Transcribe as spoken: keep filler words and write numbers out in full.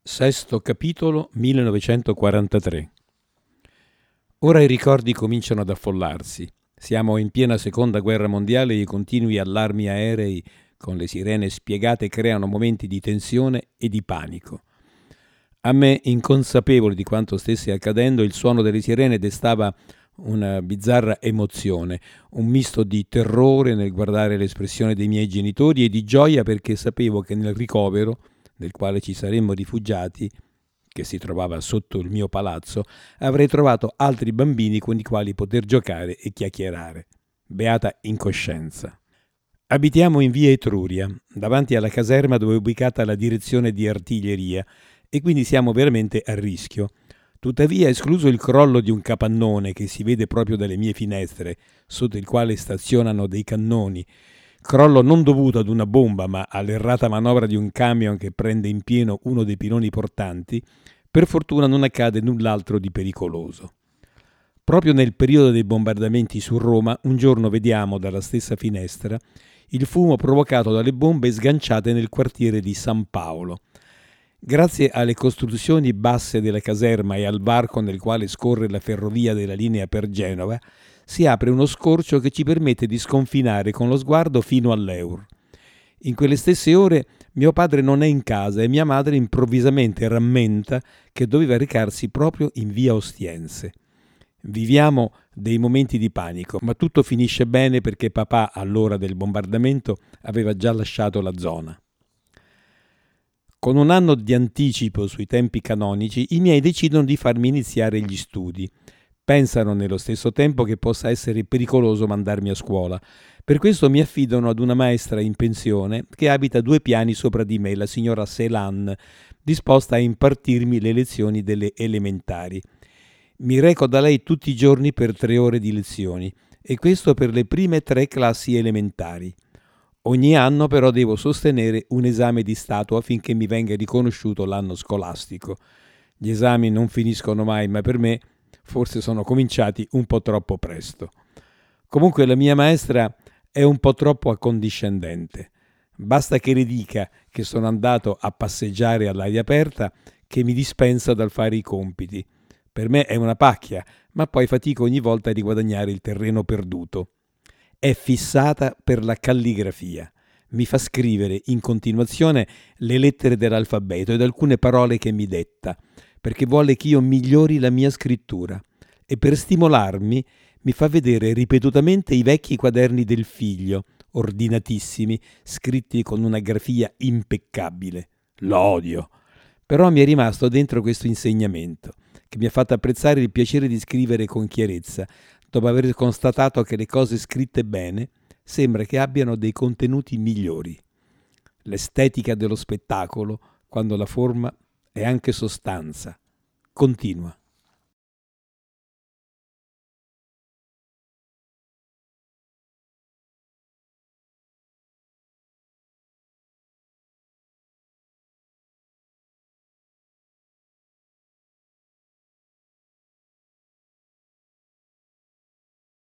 Sesto capitolo, millenovecentoquarantatré. Ora i ricordi cominciano ad affollarsi. Siamo in piena seconda guerra mondiale e i continui allarmi aerei con le sirene spiegate creano momenti di tensione e di panico. A me, inconsapevole di quanto stesse accadendo, il suono delle sirene destava una bizzarra emozione, un misto di terrore nel guardare l'espressione dei miei genitori e di gioia perché sapevo che nel ricovero nel quale ci saremmo rifugiati, che si trovava sotto il mio palazzo, avrei trovato altri bambini con i quali poter giocare e chiacchierare. Beata incoscienza. Abitiamo in via Etruria, davanti alla caserma dove è ubicata la direzione di artiglieria, e quindi siamo veramente a rischio. Tuttavia, escluso il crollo di un capannone che si vede proprio dalle mie finestre, sotto il quale stazionano dei cannoni, crollo non dovuto ad una bomba ma all'errata manovra di un camion che prende in pieno uno dei piloni portanti, per fortuna non accade null'altro di pericoloso. Proprio nel periodo dei bombardamenti su Roma, un giorno vediamo dalla stessa finestra il fumo provocato dalle bombe sganciate nel quartiere di San Paolo. Grazie alle costruzioni basse della caserma e al varco nel quale scorre la ferrovia della linea per Genova, si apre uno scorcio che ci permette di sconfinare con lo sguardo fino all'Eur. In quelle stesse ore mio padre non è in casa e mia madre improvvisamente rammenta che doveva recarsi proprio in via Ostiense. Viviamo dei momenti di panico, ma tutto finisce bene perché papà, all'ora del bombardamento, aveva già lasciato la zona. Con un anno di anticipo sui tempi canonici, i miei decidono di farmi iniziare gli studi. Pensano nello stesso tempo che possa essere pericoloso mandarmi a scuola. Per questo mi affidano ad una maestra in pensione che abita due piani sopra di me, la signora Celan, disposta a impartirmi le lezioni delle elementari. Mi reco da lei tutti i giorni per tre ore di lezioni, e questo per le prime tre classi elementari. Ogni anno però devo sostenere un esame di Stato affinché mi venga riconosciuto l'anno scolastico. Gli esami non finiscono mai, ma per me forse sono cominciati un po' troppo presto. Comunque la mia maestra è un po' troppo accondiscendente. Basta che le dica che sono andato a passeggiare all'aria aperta che mi dispensa dal fare i compiti. Per me è una pacchia, ma poi fatico ogni volta a riguadagnare il terreno perduto. È fissata per la calligrafia. Mi fa scrivere in continuazione le lettere dell'alfabeto ed alcune parole che mi detta, perché vuole che io migliori la mia scrittura. E per stimolarmi mi fa vedere ripetutamente i vecchi quaderni del figlio, ordinatissimi, scritti con una grafia impeccabile. L'odio. Però mi è rimasto dentro questo insegnamento, che mi ha fatto apprezzare il piacere di scrivere con chiarezza, dopo aver constatato che le cose scritte bene sembra che abbiano dei contenuti migliori. L'estetica dello spettacolo, quando la forma è anche sostanza, continua.